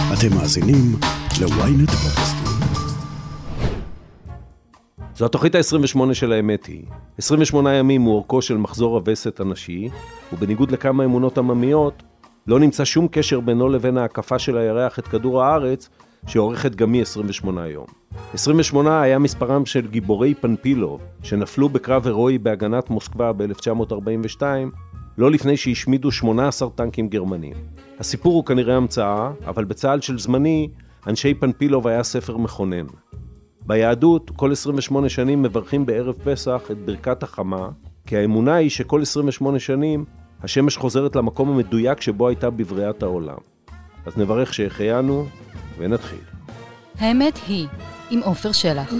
אתם מאזינים ל-ynet פודקאסטים. זו התוכנית ה-28 של האמת היא. 28 ימים הוא אורכו של מחזור הווסת הנשי, ובניגוד לכמה אמונות עממיות, לא נמצא שום קשר בינו לבין ההקפה של הירח את כדור הארץ, שעורכת גם היא 28 יום. 28 היה מספרם של גיבורי פנפילוב, שנפלו בקרב הירואי בהגנת מוסקבה ב-1942, לא לפני שהשמידו 18 טנקים גרמנים. הסיפור הוא כנראה המצאה, אבל בצה"ל של זמני, אנשי פנפילוב היה ספר מכונן. ביהדות, כל 28 שנים מברכים בערב פסח את ברכת החמה, כי האמונה היא שכל 28 שנים השמש חוזרת למקום המדויק שבו הייתה בבריאת העולם. אז נברך שהחיינו ונתחיל. האמת היא, עם עופר שלח.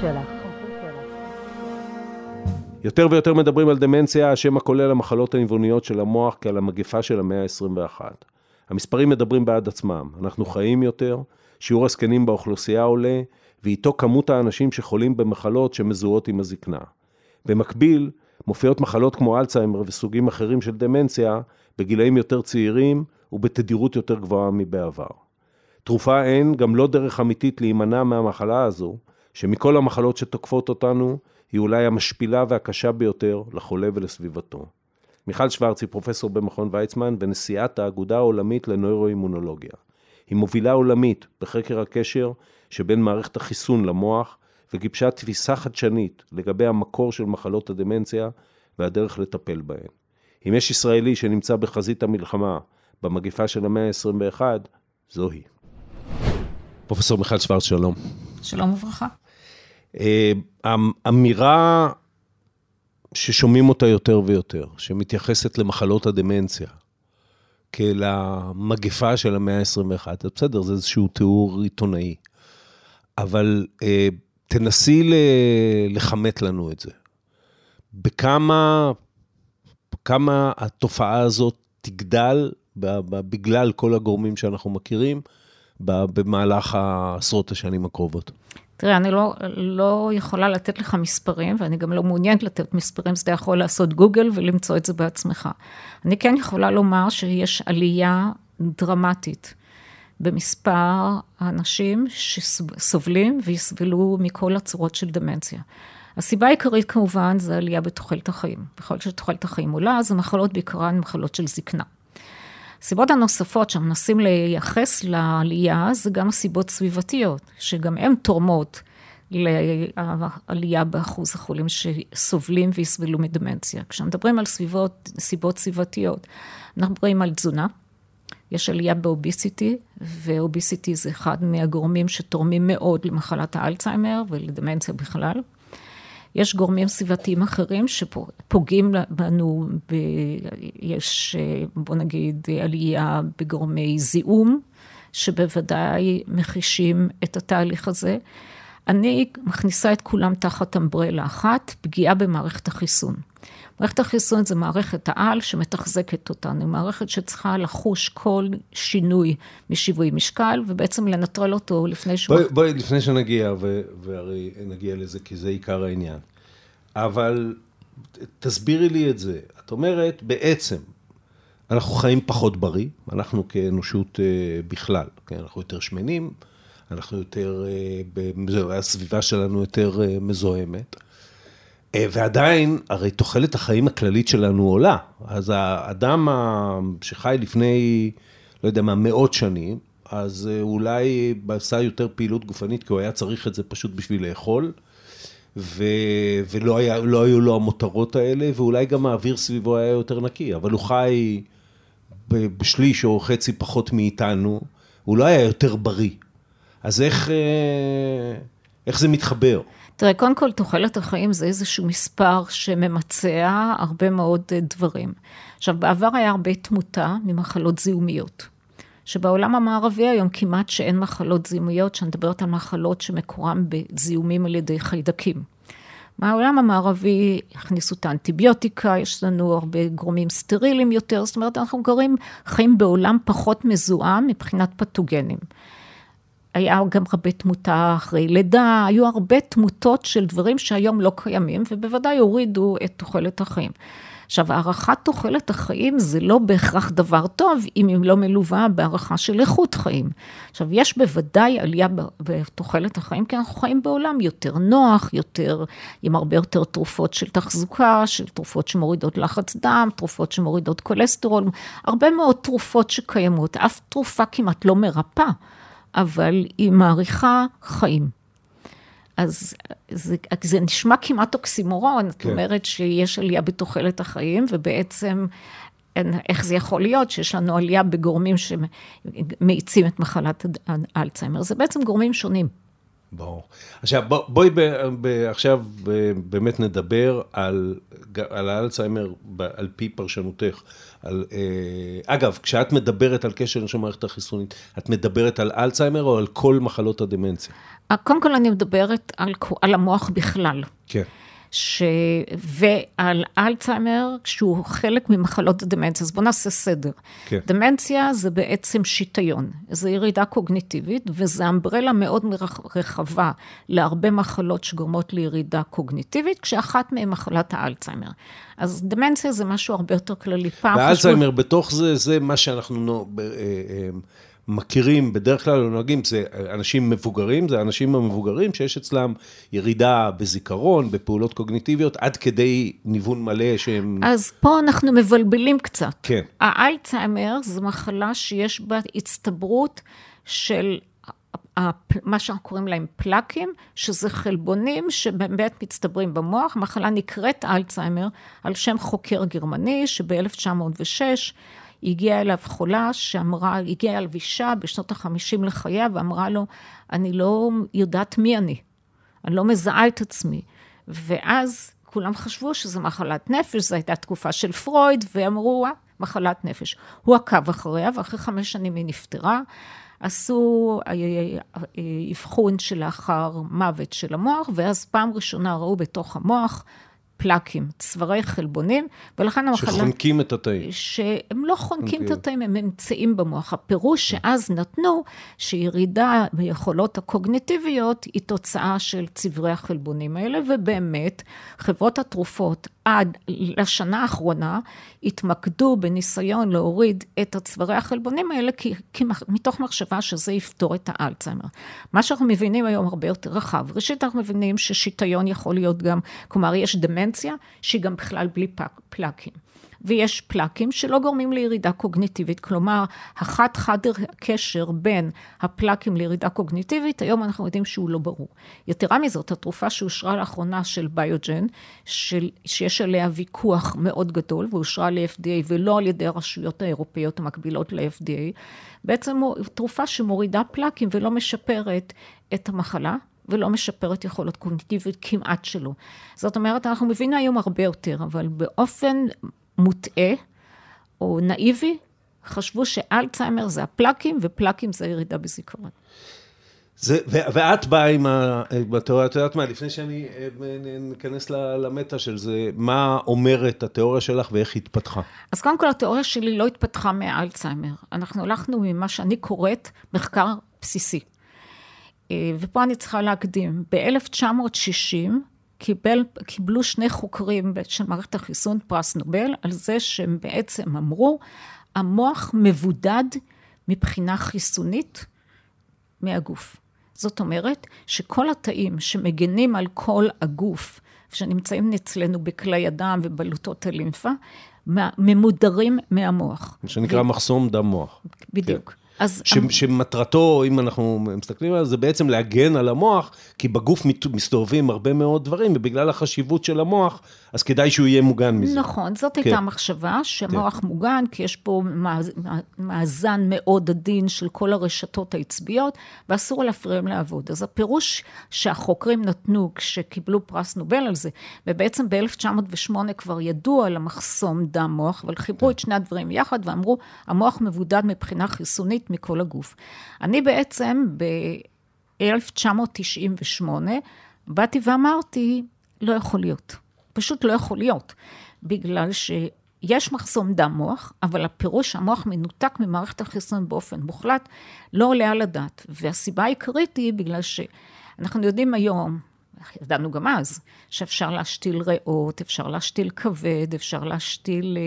יותר ויותר מדברים על דמנציה, השם הכולל המחלות הניווניות של המוח כעל המגפה של המאה ה-21. המספרים מדברים בעד עצמם. אנחנו חיים יותר, שיעור הזקנים באוכלוסייה עולה, ואיתו כמות האנשים שחולים במחלות שמזוהות עם הזקנה. במקביל, מופיעות מחלות כמו אלצהיימר וסוגים אחרים של דמנציה, בגילאים יותר צעירים ובתדירות יותר גבוהה מבעבר. תרופה אין, גם לא דרך אמיתית להימנע מהמחלה הזו, שמכל המחלות שתוקפות אותנו, היא אולי המשפילה והקשה ביותר לחולה ולסביבתו. מיכל שוורץ היא פרופסור במכון ויצמן ונשיאת האגודה העולמית לנוירואימונולוגיה. היא מובילה עולמית בחקר הקשר שבין מערכת החיסון למוח, וגיבשה תפיסה חדשנית לגבי המקור של מחלות הדמנציה והדרך לטפל בהן. אם יש ישראלי שנמצא בחזית המלחמה במגפה של המאה ה-21, זוהי. פרופסור מיכל שוורץ, שלום. שלום וברכה. אמירה ששומעים אותה יותר ויותר, שמתייחסת למחלות הדמנציה, כאל המגפה של המאה ה-21, בסדר, זה איזשהו תיאור עיתונאי, אבל תנסי לחמת לנו את זה. בכמה התופעה הזאת תגדל, בגלל כל הגורמים שאנחנו מכירים, במהלך העשרות השנים הקרובות. תראה, אני לא יכולה לתת לך מספרים, ואני גם לא מעוניינת לתת מספרים, אז אתה יכול לעשות גוגל ולמצוא את זה בעצמך. אני כן יכולה לומר שיש עלייה דרמטית במספר האנשים שסובלים ויסבלו מכל הצורות של דמנציה. הסיבה העיקרית כמובן זה עלייה בתוחלת החיים. בכל שתוחלת החיים עולה, אז המחלות בעיקרן מחלות של זקנה. הסיבות הנוספות שמנסים לייחס לעלייה, זה גם הסיבות סביבתיות, שגם הן תורמות לעלייה באחוז החולים שסובלים ויסבלו מדמנציה. כשמדברים על סיבות סביבתיות, אנחנו מדברים על תזונה, יש עלייה באוביסיטי, ואוביסיטי זה אחד מהגורמים שתורמים מאוד למחלת האלצהיימר ולדמנציה בכלל. יש גורמים סביבתיים אחרים שפוגעים בנו, יש בוא נגיד עלייה בגורמי זיהום, שבוודאי מחישים את התהליך הזה. אני מכניסה את כולם תחת אמברלה אחת, פגיעה במערכת החיסון. מערכת החיסון זה מערכת העל שמתחזקת אותנו, מערכת שצריכה לחוש כל שינוי משיווי משקל, ובעצם לנטרל אותו לפני שהוא... בואי, לפני שנגיע, והרי נגיע לזה, כי זה עיקר העניין. אבל תסבירי לי את זה. את אומרת, בעצם, אנחנו חיים פחות בריא, אנחנו כאנושות בכלל, אנחנו יותר שמנים, אנחנו יותר, הסביבה שלנו יותר מזוהמת, ועדיין, הרי תוחלת החיים הכללית שלנו עולה, אז האדם שחי לפני, לא יודע מה, מאות שנים, אז אולי עשה יותר פעילות גופנית, כי הוא היה צריך את זה פשוט בשביל לאכול, ולא היו לו המותרות האלה, ואולי גם האוויר סביבו היה יותר נקי, אבל הוא חי בשליש או חצי פחות מאיתנו, הוא לא היה יותר בריא. אז איך זה מתחבר? תראה, קודם כל, תוחלת החיים זה איזשהו מספר שממצע הרבה מאוד דברים. עכשיו, בעבר היה הרבה תמותה ממחלות זיהומיות, שבעולם המערבי היום כמעט שאין מחלות זיהומיות, שאני מדברת על מחלות שמקורם בזיהומים על ידי חיידקים. מהעולם המערבי הכניסו את האנטיביוטיקה, יש לנו הרבה גורמים סטרילים יותר, זאת אומרת, אנחנו חיים בעולם פחות מזוהם מבחינת פתוגנים. היה גם הרבה תמותה אחרי לידה, היו הרבה תמותות של דברים שהיום לא קיימים, ובוודאי הורידו את תוחלת החיים. עכשיו, הערכת תוחלת החיים זה לא בהכרח דבר טוב, אם היא לא מלווה בהערכה של איכות חיים. עכשיו, יש בוודאי עלייה בתוחלת החיים, כי אנחנו חיים בעולם יותר נוח, עם הרבה יותר תרופות של תחזוקה, של תרופות שמורידות לחץ דם, תרופות שמורידות כולסטרול, הרבה מאוד תרופות שקיימות, אף תרופה כמעט לא מרפא, אבל היא מעריכה חיים. אז זה נשמע כמעט אוקסימורון, זאת אומרת שיש עלייה בתוחלת החיים, ובעצם איך זה יכול להיות שיש לנו עלייה בגורמים שמאיצים את מחלת האלצהיימר. זה בעצם גורמים שונים. ברור. עכשיו, בואי עכשיו באמת נדבר על האלצהיימר על פי פרשנותך. אגב, כשאת מדברת על קשר של מערכת החיסונית, את מדברת על אלצהיימר או על כל מחלות הדמנציה? קודם כל אני מדברת על המוח בכלל. כן. ועל אלצהיימר, שהוא חלק ממחלות הדמנציה, אז בואו נעשה סדר. כן. דמנציה זה בעצם שיטיון, זה ירידה קוגניטיבית, וזה אמברלה מאוד רחבה להרבה מחלות שגורמות לירידה קוגניטיבית, כשאחת מהן מחלת האלצהיימר. אז דמנציה זה משהו הרבה יותר כללי. והאלצהיימר בתוך זה מה שאנחנו מכירים, בדרך כלל נוהגים, זה אנשים מבוגרים, זה האנשים המבוגרים שיש אצלם ירידה בזיכרון, בפעולות קוגניטיביות, עד כדי ניוון מלא שהם... אז פה אנחנו מבלבלים קצת. כן. האלצהיימר זו מחלה שיש בה הצטברות של מה שאנחנו קוראים להם פלקים, שזה חלבונים שבאמת מצטברים במוח. המחלה נקראת אלצהיימר על שם חוקר גרמני, שב-1906 הגיעה אליו חולה שאמרה, הגיעה אליו אישה בשנות ה-50 לחייה, ואמרה לו, אני לא יודעת מי אני לא מזהה את עצמי. ואז כולם חשבו שזו מחלת נפש, זו הייתה תקופה של פרויד, ואמרו, מחלת נפש. הוא עקב אחריה, ואחרי 5 שנים היא נפטרה, עשו אבחון שלאחר מוות של המוח, ואז פעם ראשונה ראו בתוך המוח פלקים, צווארי חלבונים, ולכן המחלה... שחונקים את התאים. שהם לא חונקים את התאים, הם נמצאים במוח. הפירוש שאז נתנו שירידה ביכולות הקוגניטיביות היא תוצאה של צווארי החלבונים האלה, ובאמת חברות התרופות עד לשנה האחרונה התמקדו בניסיון להוריד את הצווארי החלבונים האלה, מתוך מחשבה שזה יפתור את האלצהיימר. מה שאנחנו מבינים היום הרבה יותר רחב. ראשית אנחנו מבינים ששיטיון יכול להיות גם, כלומר יש דמנציה שהיא גם בכלל בלי פלקים. ויש פלקים שלא גורמים לירידה קוגניטיבית, כלומר, חד הקשר בין הפלקים לירידה קוגניטיבית, היום אנחנו יודעים שהוא לא ברור. יתרה מזאת, התרופה שאושרה לאחרונה של ביוג'ן, שיש עליה ויכוח מאוד גדול, ואושרה ל-FDA ולא על ידי הרשויות האירופאיות המקבילות ל-FDA, בעצם תרופה שמורידה פלקים ולא משפרת את המחלה, ולא משפרת יכולות קוגניטיבית כמעט שלא. זאת אומרת, אנחנו מבינים היום הרבה יותר, אבל באופן מוטעה או נאיבי, חשבו שאלצהיימר זה הפלקים, ופלקים זה ירידה בזיכרון. ואת באה עם התיאוריה, את יודעת מה, לפני שאני ניכנס למטה של זה, מה אומרת התיאוריה שלך ואיך היא התפתחה? אז קודם כל, התיאוריה שלי לא התפתחה מאלצהיימר. אנחנו הלכנו ממה שאני קוראת מחקר בסיסי. ופה אני צריכה להקדים. ב-1960 קיבלו 2 חוקרים של מערכת החיסון פרס נובל, על זה שהם בעצם אמרו, המוח מבודד מבחינה חיסונית מהגוף. זאת אומרת שכל התאים שמגנים על כל הגוף, שנמצאים אצלנו בכלי הדם ובלוטות הלימפה, ממודרים מהמוח. שנקרא מחסום דם מוח. בדיוק. שמטרתו, אם אנחנו מסתכלים על זה, בעצם להגן על המוח, כי בגוף מסתובבים הרבה מאוד דברים, ובגלל החשיבות של המוח, אז כדאי שהוא יהיה מוגן מזה. נכון, זאת הייתה מחשבה, שהמוח מוגן, כי יש פה מאזן מאוד עדין של כל הרשתות העצביות, ואסור להפריע לעבוד. אז הפירוש שהחוקרים נתנו, כשקיבלו פרס נובל על זה, ובעצם ב-1908 כבר ידעו על המחסום דם מוח, אבל חיברו את שני הדברים יחד, ואמרו, המוח מבודד מבחינה חיסונית מכל הגוף. אני בעצם ב-1998 באתי ואמרתי, לא יכול להיות. פשוט לא יכול להיות. בגלל שיש מחסום דם מוח, אבל הפירוש המוח מנותק ממערכת החיסון באופן מוחלט, לא עולה על הדעת. והסיבה העיקרית היא בגלל שאנחנו יודעים היום, ידענו גם אז, שאפשר להשתיל ריאות, אפשר להשתיל כבד, אפשר להשתיל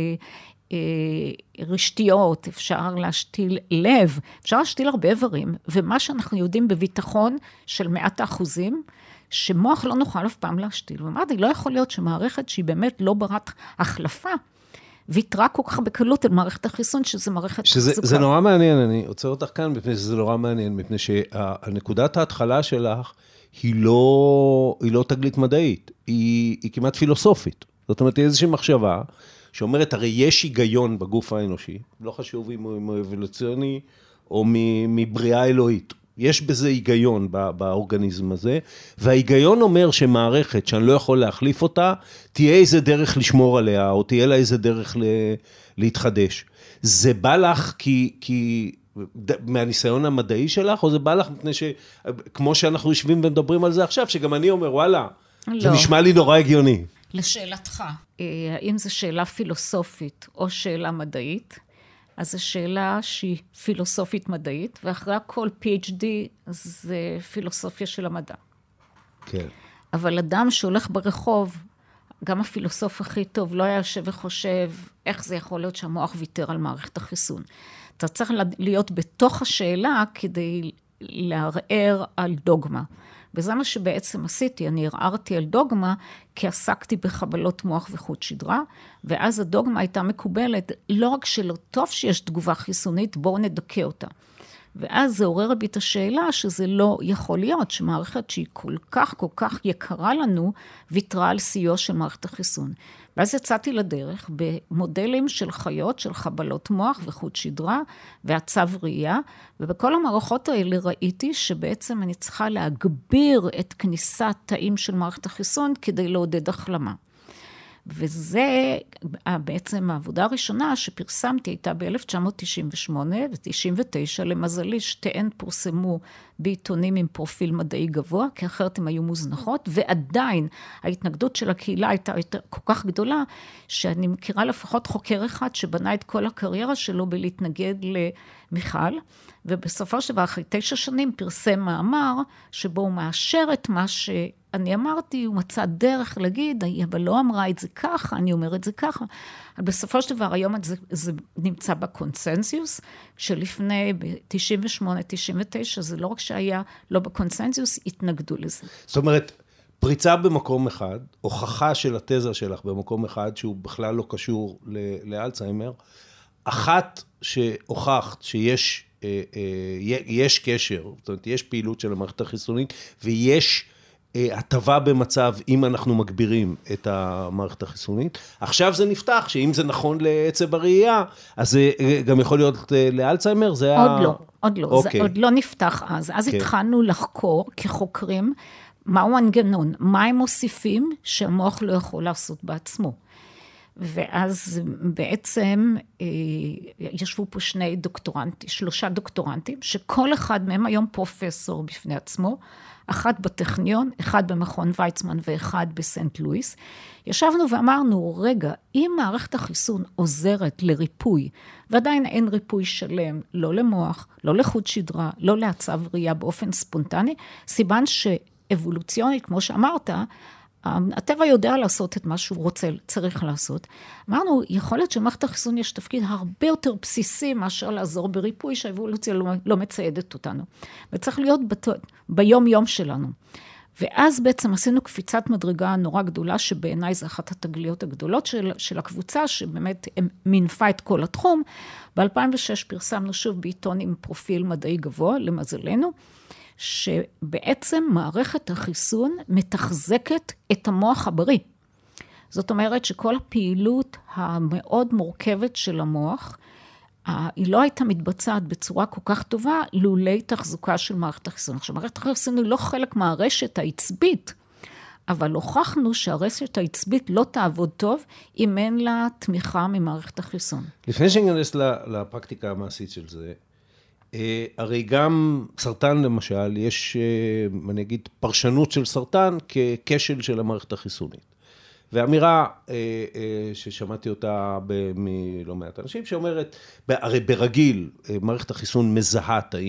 רשתיות, אפשר להשתיל לב, אפשר להשתיל הרבה איברים, ומה שאנחנו יודעים בביטחון של 100%, שמוח לא נוכל אף פעם להשתיל. ואמרתי, לא יכול להיות שמערכת שהיא באמת לא ברת החלפה, ויתרה כל כך בקלות על מערכת החיסון, שזה מערכת תחזוקה. זה נורא מעניין, אני עוצר אותך כאן, מפני שזה נורא מעניין, מפני שהנקודת ההתחלה שלך, היא לא תגלית מדעית, היא כמעט פילוסופית. זאת אומרת, היא איזושהי מחשבה, שאומרת, הרי יש היגיון בגוף האנושי, לא חשוב אם הוא אבולוציוני, או מבריאה אלוהית. יש בזה היגיון באורגניזם הזה, וההיגיון אומר שמערכת שאני לא יכול להחליף אותה, תהיה איזה דרך לשמור עליה, או תהיה לה איזה דרך להתחדש. זה בא לך כי מהניסיון המדעי שלך, או זה בא לך מפני כמו שאנחנו יושבים ומדברים על זה עכשיו, שגם אני אומר, וואלה, לא. זה נשמע לי נורא הגיוני. לשאלתך, האם זו שאלה פילוסופית או שאלה מדעית? אז זו שאלה שהיא פילוסופית מדעית, ואחרי הכל PhD זה פילוסופיה של המדע. כן. אבל אדם שהולך ברחוב, גם הפילוסוף הכי טוב לא היה יושב וחושב איך זה יכול להיות שהמוח ויתר על מערכת החיסון. אתה צריך להיות בתוך השאלה כדי לערער על דוגמה. וזה מה שבעצם עשיתי, אני ערערתי על דוגמה, כי עסקתי בחבלות מוח וחוט שדרה, ואז הדוגמה הייתה מקובלת, לא רק שלא טוב שיש תגובה חיסונית, בואו נדכא אותה. ואז זה עורר בי את השאלה שזה לא יכול להיות, שמערכת שהיא כל כך יקרה לנו, ויתרה על סיוע של מערכת החיסון. ואז יצאתי לדרך במודלים של חיות, של חבלות מוח וחוט שדרה, ועצב ראייה, ובכל המערכות האלה ראיתי שבעצם אני צריכה להגביר את כניסת תאים של מערכת החיסון, כדי לעודד החלמה. וזה בעצם העבודה הראשונה שפרסמתי הייתה ב-1998 ו-99, למזלי שתיהן פורסמו בעיתונים עם פרופיל מדעי גבוה, כי אחרת הן היו מוזנחות, ועדיין ההתנגדות של הקהילה הייתה כל כך גדולה, שאני מכירה לפחות חוקר אחד שבנה את כל הקריירה שלו בלהתנגד למיכל, ובסופו של דבר אחרי 9 שנים פרסם מאמר, שבו הוא מאשר את מה שאני אמרתי, הוא מצא דרך להגיד, אבל לא אמרה את זה ככה, אני אומר את זה ככה. בסופו של דבר, היום זה נמצא בקונסנזיוס, שלפני ב-98-99, זה לא רק שהיה לא בקונסנזיוס, התנגדו לזה. זאת אומרת, פריצה במקום אחד, הוכחה של התזה שלך במקום אחד, שהוא בכלל לא קשור לאלצהיימר, אחת שהוכחת שיש יש קשר, זאת אומרת, יש פעילות של המערכת החיסונית, ויש הטבה במצב אם אנחנו מגבירים את המערכת החיסונית. עכשיו זה נפתח, שאם זה נכון לעצב הראייה, אז זה גם יכול להיות לאלצהיימר, זה עוד לא, זה עוד לא נפתח אז. אז התחלנו לחקור כחוקרים, מהו המנגנון, מה הם מוסיפים שהמוח לא יכול לעשות בעצמו. ואז בעצם ישבו פה 3 דוקטורנטים, שכל אחד מהם היום פרופסור בפני עצמו, אחד בטכניון, אחד במכון ויצמן ואחד בסנט לואיס. ישבנו ואמרנו, רגע, אם מערכת החיסון עוזרת לריפוי, ועדיין אין ריפוי שלם, לא למוח, לא לחוט שדרה, לא לעצב ראייה באופן ספונטני, סימן שאבולוציונית, כמו שאמרת, הטבע יודע לעשות את מה שהוא רוצה, צריך לעשות. אמרנו, יכול להיות שמערכת החיסון יש תפקיד הרבה יותר בסיסי מאשר לעזור בריפוי, שהאבולוציה לא מציידת אותנו. וצריך להיות ביום יום שלנו. ואז בעצם עשינו קפיצת מדרגה נורא גדולה, שבעיניי זה אחת התגליות הגדולות של הקבוצה, שבאמת מינפה את כל התחום. ב-2006 פרסמנו שוב בעיתון עם פרופיל מדעי גבוה, למזלנו, שבעצם מערכת החיסון מתחזקת את המוח הבריא. זאת אומרת שכל הפעילות המאוד מורכבת של המוח, היא לא הייתה מתבצעת בצורה כל כך טובה, לולי תחזוקה של מערכת החיסון. עכשיו, מערכת החיסון היא לא חלק מהרשת העצבית, אבל הוכחנו שהרשת העצבית לא תעבוד טוב, אם אין לה תמיכה ממערכת החיסון. לפני שניכנס לפרקטיקה המעשית של זה, הרי גם סרטן למשל, יש, אני אגיד, פרשנות של סרטן ככשל של המערכת החיסונית. ואמירה ששמעתי אותה מלא מעט אנשים, שאומרת, הרי ברגיל מערכת החיסון מזהה תאים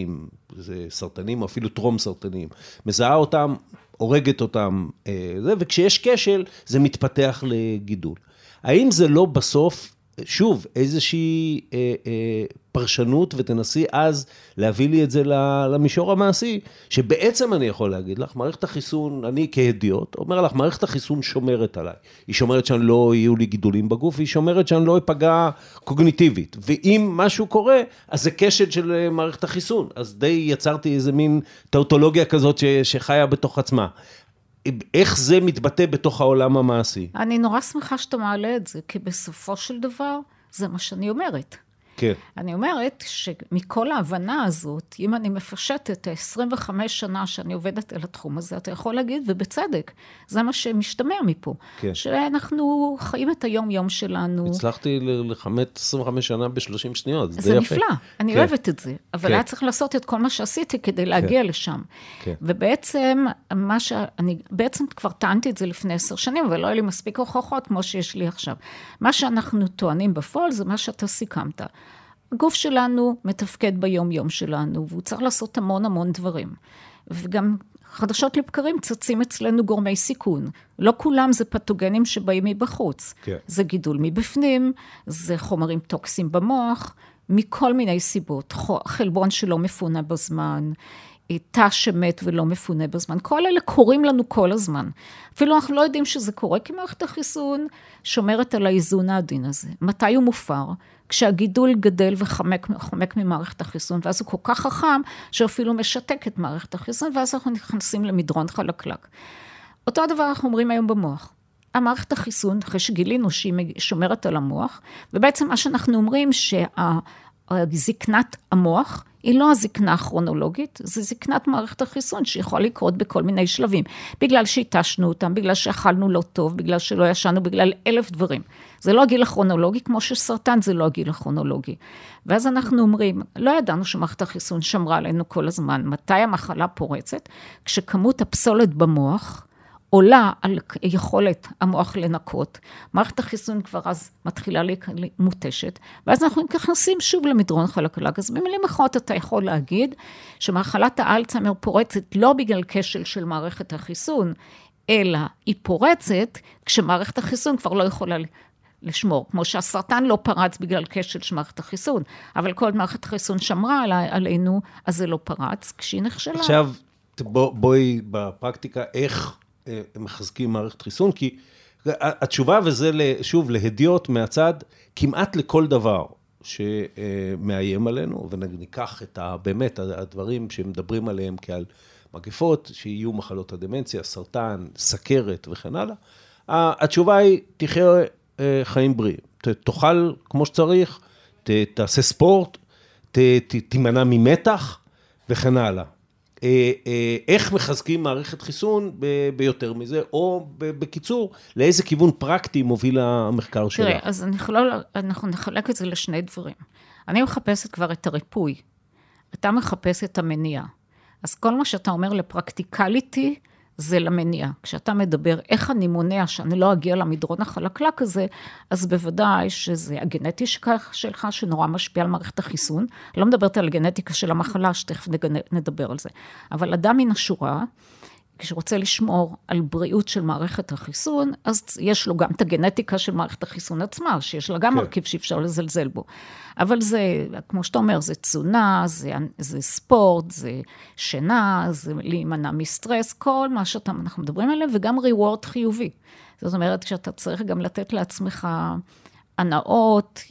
זה סרטנים או אפילו טרום סרטנים, מזהה אותם, הורגת אותם, וכשיש כשל זה מתפתח לגידול. האם זה לא בסוף, שוב, איזושהי פרשנות, ותנסי אז להביא לי את זה למישור המעשי, שבעצם אני יכול להגיד לך, מערכת החיסון, אני כהדיוט, אומר לך, מערכת החיסון שומרת עליי. היא שומרת שאני לא יהיו לי גידולים בגוף, היא שומרת שאני לא אפגע קוגניטיבית. ואם משהו קורה, אז זה כשל של מערכת החיסון. אז די יצרתי איזה מין טאוטולוגיה כזאת שחיה בתוך עצמה. איך זה מתבטא בתוך העולם המעשי? אני נורא שמחה שאתה מעלה את זה, כי בסופו של דבר, זה מה שאני אומרת. כן. אני אומרת שמכל ההבנה הזאת, אם אני מפשטת 25 שנה שאני עובדת על התחום הזה, אתה יכול להגיד, ובצדק, זה מה שמשתמע מפה. כן. שאנחנו חיים את היום-יום שלנו. הצלחתי לחמת 25 שנה ב-30 שניות, זה זה די יפה. נפלא, אני אוהבת את זה, אבל כן. היה צריך לעשות את כל מה שעשיתי כדי להגיע לשם. כן. ובעצם, אני בעצם כבר טענתי את זה לפני 10 שנים, אבל לא היה לי מספיק הוכחות כמו שיש לי עכשיו. מה שאנחנו טוענים בפועל זה מה שאתה סיכמת. הגוף שלנו מתפקד ביום-יום שלנו, והוא צריך לעשות המון דברים. וגם חדשות לבקרים צצים אצלנו גורמי סיכון. לא כולם זה פתוגנים שבאים מבחוץ. כן. זה גידול מבפנים, זה חומרים טוקסיים במוח, מכל מיני סיבות. חלבון שלא מפונה בזמן, תא שמת ולא מפונה בזמן. כל אלה קורים לנו כל הזמן. אפילו אנחנו לא יודעים שזה קורה, כי מערכת החיסון שומרת על האיזון העדין הזה. מתי הוא מופר? כשהגידול גדל וחומק ממערכת החיסון, ואז הוא כל כך חכם, שאפילו משתק את מערכת החיסון, ואז אנחנו נכנסים למדרון חלקלק. אותו הדבר אנחנו אומרים היום במוח. המערכת החיסון, אחרי שגילינו שהיא שומרת על המוח, ובעצם מה שאנחנו אומרים זקנת המוח היא לא הזקנה הכרונולוגית, זה זקנת מערכת החיסון שיכולה לקרות בכל מיני שלבים, בגלל שהתשנו אותם, בגלל שאכלנו לא טוב, בגלל שלא ישנו, בגלל 1000 דברים. זה לא הגיל הכרונולוגי, כמו שסרטן זה לא הגיל הכרונולוגי. ואז אנחנו אומרים, לא ידענו שמערכת החיסון שמרה עלינו כל הזמן, מתי המחלה פורצת? כשכמות הפסולת במוח עולה על יכולת המוח לנקות, מערכת החיסון כבר אז מתחילה מוטשת, ואז אנחנו נכנסים שוב למדרון חלקלק. אז במילים אחרות אתה יכול להגיד שמחלת האלצהיימר פורצת לא בגלל כשל של מערכת החיסון, אלא היא פורצת כשמערכת החיסון כבר לא יכולה לשמור, כמו שהסרטן לא פרץ בגלל כשל של מערכת החיסון, אבל כל מערכת החיסון שמרה עלינו, אז זה לא פרץ, כשהיא נכשלה. עכשיו, בואי בפרקטיקה, איך מחזקים מערכת חיסון, כי התשובה וזה שוב להדיוט מהצד, כמעט לכל דבר שמאיים עלינו, וניקח את באמת הדברים שמדברים עליהם כעל מגפות, שיהיו מחלות הדמנציה, סרטן, סכרת וכן הלאה, התשובה היא תחיה חיים בריאים, תאכל כמו שצריך, תעשה ספורט, תימנע ממתח וכן הלאה. איך מחזקים מערכת חיסון ביותר מזה, או בקיצור, לאיזה כיוון פרקטי מוביל המחקר שלך? תראה, אז אנחנו נחלק את זה לשני דברים. אני מחפשת כבר את הריפוי, אתה מחפש את המניעה. אז כל מה שאתה אומר לפרקטיקליטי, זה למניעה. כשאתה מדבר איך אני מונע שאני לא אגיע למדרון החלקלק הזה, אז בוודאי שזה הגנטיקה שלך שנורא משפיע על מערכת החיסון. לא מדברת על הגנטיקה של המחלה, שתכף נדבר על זה. אבל אדם מן השורה, כשרוצה לשמור על בריאות של מערכת החיסון, אז יש לו גם את הגנטיקה של מערכת החיסון עצמה, שיש לה גם מרכיב שאפשר לזלזל בו. אבל זה, כמו שאתה אומר, זה תזונה, זה ספורט, זה שינה, זה להימנע מסטרס, כל מה שאנחנו מדברים עליהם, וגם ריוורד חיובי. זאת אומרת, כשאתה צריך גם לתת לעצמך הנאות,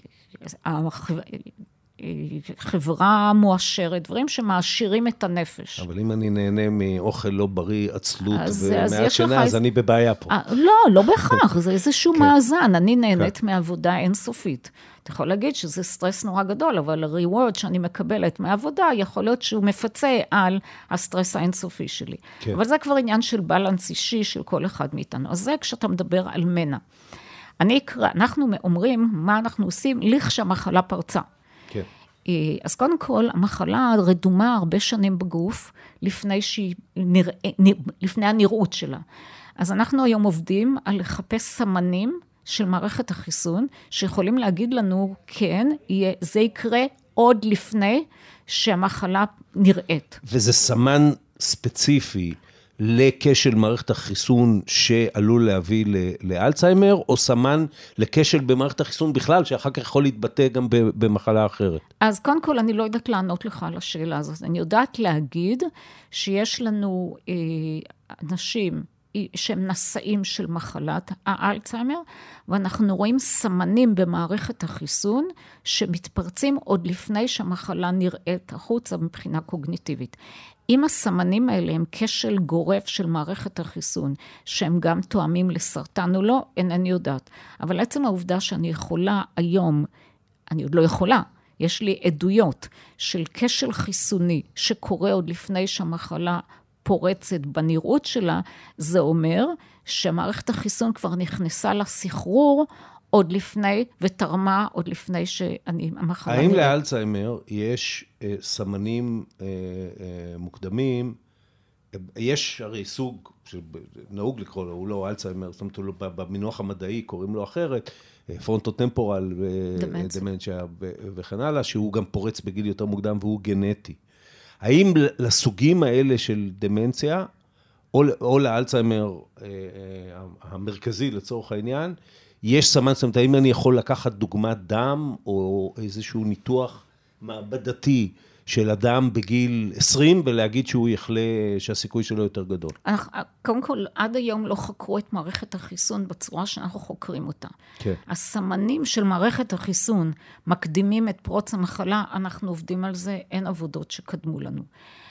חברה מואשרת, דברים שמעשירים את הנפש. אבל אם אני נהנה מאוכל לא בריא, עצלות ומעט שינה, אז אני בבעיה פה. לא בהכרח, זה איזשהו מאזן. אני נהנית מעבודה אינסופית. אתה יכול להגיד שזה סטרס נורא גדול, אבל הריוורד שאני מקבלת מהעבודה, יכול להיות שהוא מפצה על הסטרס האינסופי שלי. אבל זה כבר עניין של בלנס אישי של כל אחד מאיתנו. אז זה כשאתה מדבר על מנע. אנחנו אומרים מה אנחנו עושים לכשהמחלה פרצה. כן. אז קודם כל, המחלה רדומה הרבה שנים בגוף, לפני הנראות שלה. אז אנחנו היום עובדים על לחפש סמנים של מערכת החיסון, שיכולים להגיד לנו, כן, זה יקרה עוד לפני שהמחלה נראית. וזה סמן ספציפי לכשל מערכת החיסון שעלול להביא לאלצהיימר, או סמן לכשל במערכת החיסון בכלל, שאחר כך יכול להתבטא גם במחלה אחרת? אז קודם כל, אני לא יודעת לענות לך על השאלה הזאת. אני יודעת להגיד שיש לנו אנשים שהם נשאים של מחלת האלצהיימר, ואנחנו רואים סמנים במערכת החיסון שמתפרצים עוד לפני שהמחלה נראית החוצה מבחינה קוגניטיבית. אם הסמנים האלה הם כשל גורף של מערכת החיסון, שהם גם תואמים לסרטן או לא, אינני יודעת. אבל עצם העובדה שאני יכולה היום, אני עוד לא יכולה, יש לי עדויות של כשל חיסוני שקורה עוד לפני שהמחלה פורצת בנראות שלה, זה אומר שמערכת החיסון כבר נכנסה לסחרור עוד לפני ותרמה עוד לפני שהמחלה נראית. האם לאלצהיימר יש סמנים מוקדמים, יש הרי סוג שנהוג לקרוא לו, הוא לא אלצהיימר, זאת אומרת, במינוח המדעי קוראים לו אחרת, פרונטוטמפורל דמנציה וכן הלאה, שהוא גם פורץ בגיל יותר מוקדם והוא גנטי. האם לסוגים האלה של דמנציה, או לאלצהיימר המרכזי לצורך העניין, יש סמן, זאת אומרת, האם אני יכול לקחת דוגמת דם, או איזשהו ניתוח מעבדתי של אדם בגיל 20, ולהגיד שהוא יחלה, שהסיכוי שלו יותר גדול? קודם כל, עד היום לא חקרו את מערכת החיסון בצורה שאנחנו חוקרים אותה. כן. הסמנים של מערכת החיסון מקדימים את פרוץ המחלה, אנחנו עובדים על זה, אין עבודות שקדמו לנו.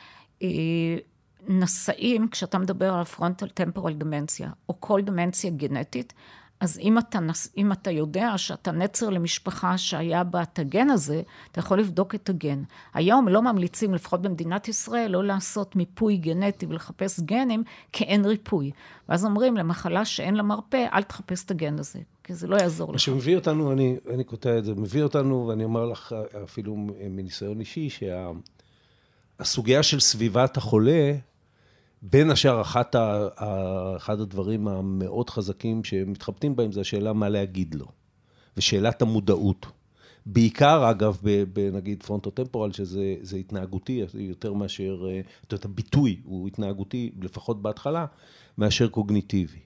נשאים, כשאתה מדבר על פרונטל טמפורל דמנציה, או כל דמנציה גנטית, אז אם אתה יודע שאתה נצר למשפחה שהיה בה את הגן הזה, אתה יכול לבדוק את הגן. היום לא ממליצים, לפחות במדינת ישראל, לא לעשות מיפוי גנטי ולחפש גנים, כי אין ריפוי. ואז אומרים, למחלה שאין לה מרפא, אל תחפש את הגן הזה, כי זה לא יעזור לך. שמביא אותנו, אני קוטע את זה, מביא אותנו, ואני אומר לך אפילו מניסיון אישי, שהסוגיה של סביבת החולה, בין השאר, אחד הדברים המאוד חזקים שמתחבטים בהם, זה השאלה מה להגיד לו, ושאלת המודעות. בעיקר, אגב, בנגיד פרונטוטמפורל, שזה התנהגותי יותר מאשר, זאת אומרת, הביטוי הוא התנהגותי, לפחות בהתחלה, מאשר קוגניטיבי.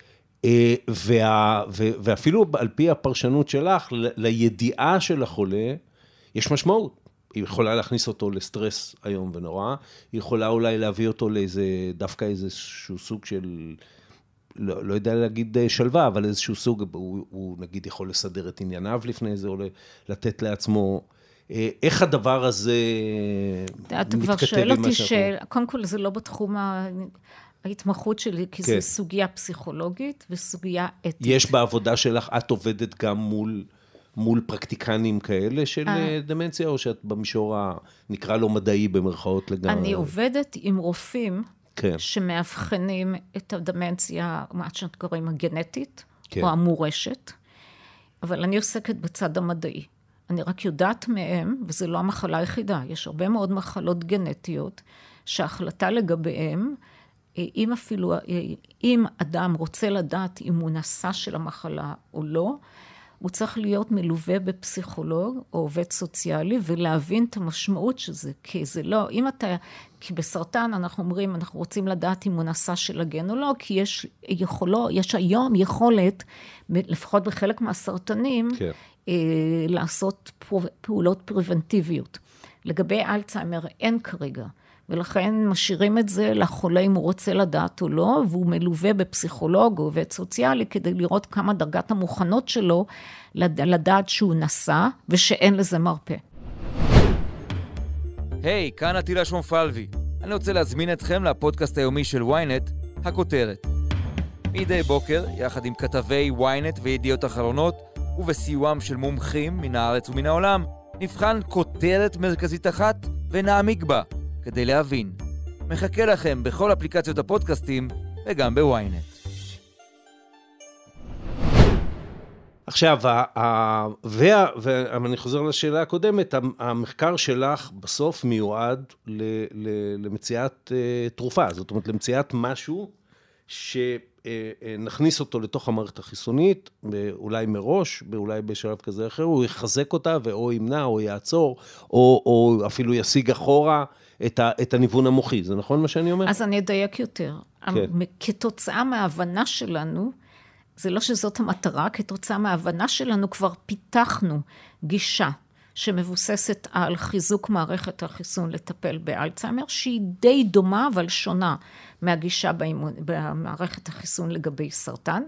ואפילו על פי הפרשנות שלך, לידיעה של החולה, יש משמעות. היא יכולה להכניס אותו לסטרס היום ונורא, היא יכולה אולי להביא אותו דווקא איזשהו סוג של, לא יודע להגיד שלווה, אבל איזשהו סוג, הוא נגיד יכול לסדר את ענייניו לפני זה, או לתת לעצמו, איך הדבר הזה מתכתב עם מה שאנחנו? אתה כבר שואל אותי קודם כל זה לא בתחום ההתמחות שלי, כי זו סוגיה פסיכולוגית וסוגיה אתית. יש בעבודה שלך, את עובדת גם מול פרקטיקנים כאלה של דמנציה, או שאת במישור נקרא לו מדעי במרכאות לגמרי? אני עובדת עם רופאים שמאבחנים את הדמנציה, מה שאנחנו קוראים הגנטית, או המורשת, אבל אני עוסקת בצד המדעי. אני רק יודעת מהם, וזו לא המחלה היחידה, יש הרבה מאוד מחלות גנטיות, שההחלטה לגביהם, אם אדם רוצה לדעת אם הוא נשא של המחלה או לא, הוא צריך להיות מלווה בפסיכולוג או עובד סוציאלי, ולהבין את המשמעות של זה, כי זה לא, כי בסרטן אנחנו אומרים, אנחנו רוצים לדעת אם הוא נשא של הגן או לא, כי יש היום יכולת, לפחות בחלק מהסרטנים, לעשות פעולות פריבנטיביות. לגבי אלצהיימר אין כרגע, ולכן משאירים את זה לחולה אם הוא רוצה לדעת או לא, והוא מלווה בפסיכולוג או עובד סוציאלי, כדי לראות כמה דרגת המוכנות שלו, לדעת שהוא נשא, ושאין לזה מרפא. היי, כאן עטילה שומפלבי. אני רוצה להזמין אתכם לפודקאסט היומי של ynet, הכותרת. מדי בוקר, יחד עם כתבי ynet וידיעות אחרונות, ובסיועם של מומחים מן הארץ ומן העולם, נבחן כותרת מרכזית אחת ונעמיק בה. כדי להבין. מחכה לכם בכל אפליקציות הפודקאסטים וגם בוויינט. עכשיו, ואני חוזר לשאלה הקודמת, המחקר שלך בסוף מיועד למציאת תרופה, זאת אומרת למציאת משהו שנכניס אותו לתוך המערכת החיסונית, אולי מראש, אולי בשלב כזה אחר, הוא יחזק אותה, ואו ימנע, או יעצור, או אפילו ישיג אחורה את הניוון המוחי. זה נכון מה שאני אומר? אז אני אדייק יותר. כן. כתוצאה מההבנה שלנו, זה לא שזאת המטרה, כתוצאה מההבנה שלנו כבר פיתחנו גישה שמבוססת על חיזוק מערכת החיסון לטפל באלצהיימר, שהיא די דומה אבל שונה מהגישה במערכת החיסון לגבי סרטן.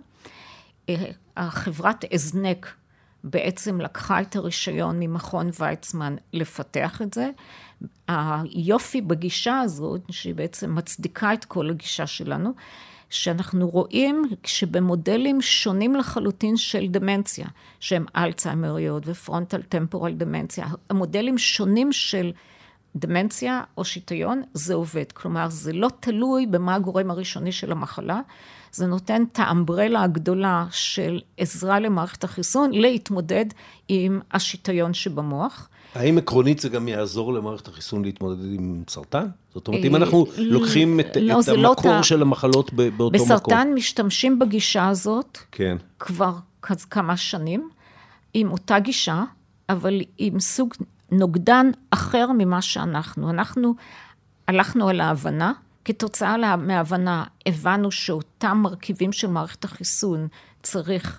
החברת אזנק בעצם לקחה את הרישיון ממכון ויצמן לפתח את זה. היופי בגישה הזאת, שהיא בעצם מצדיקה את כל הגישה שלנו, שאנחנו רואים שבמודלים שונים לחלוטין של דמנציה, שהם אלצהיימריות ופרונטל טמפורל דמנציה, המודלים שונים של דמנציה או שיטיון, זה עובד. כלומר, זה לא תלוי במה הגורם הראשוני של המחלה, זה נותן את האמברלה הגדולה של עזרה למערכת החיסון להתמודד עם השיטיון שבמוח. האם עקרונית זה גם יעזור למערכת החיסון להתמודד עם סרטן? זאת אומרת, אם אנחנו לוקחים את המקור של המחלות באותו מקום. בסרטן משתמשים בגישה הזאת, כן. כבר כמה שנים, עם אותה גישה, אבל עם סוג נוגדן אחר ממה שאנחנו. אנחנו הלכנו על ההבנה, כתוצאה מההבנה הבנו שאותם מרכיבים של מערכת החיסון צריך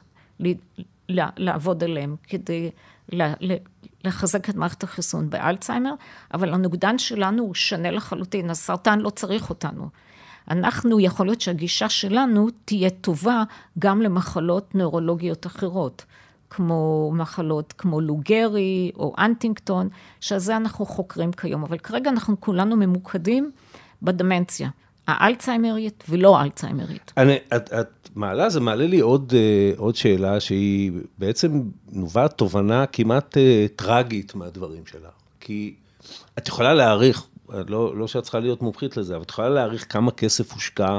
לעבוד עליהם כדי לחזק את מערכת החיסון באלצהיימר, אבל הנוגדן שלנו הוא שונה לחלוטין, הסרטן לא צריך אותנו. אנחנו, יכול להיות שהגישה שלנו תהיה טובה גם למחלות נוירולוגיות אחרות, כמו מחלות כמו לוגרי או אנטינגטון, שזה אנחנו חוקרים כיום, אבל כרגע אנחנו כולנו ממוקדים בדמנציה, האלצהיימרית ולא אלצהיימרית. את מעלה, זה מעלה לי עוד שאלה שהיא בעצם נובעת תובנה כמעט טרגית מהדברים שלה. כי את יכולה להעריך, לא שאת צריכה להיות מומחית לזה, אבל את יכולה להעריך כמה כסף הושקע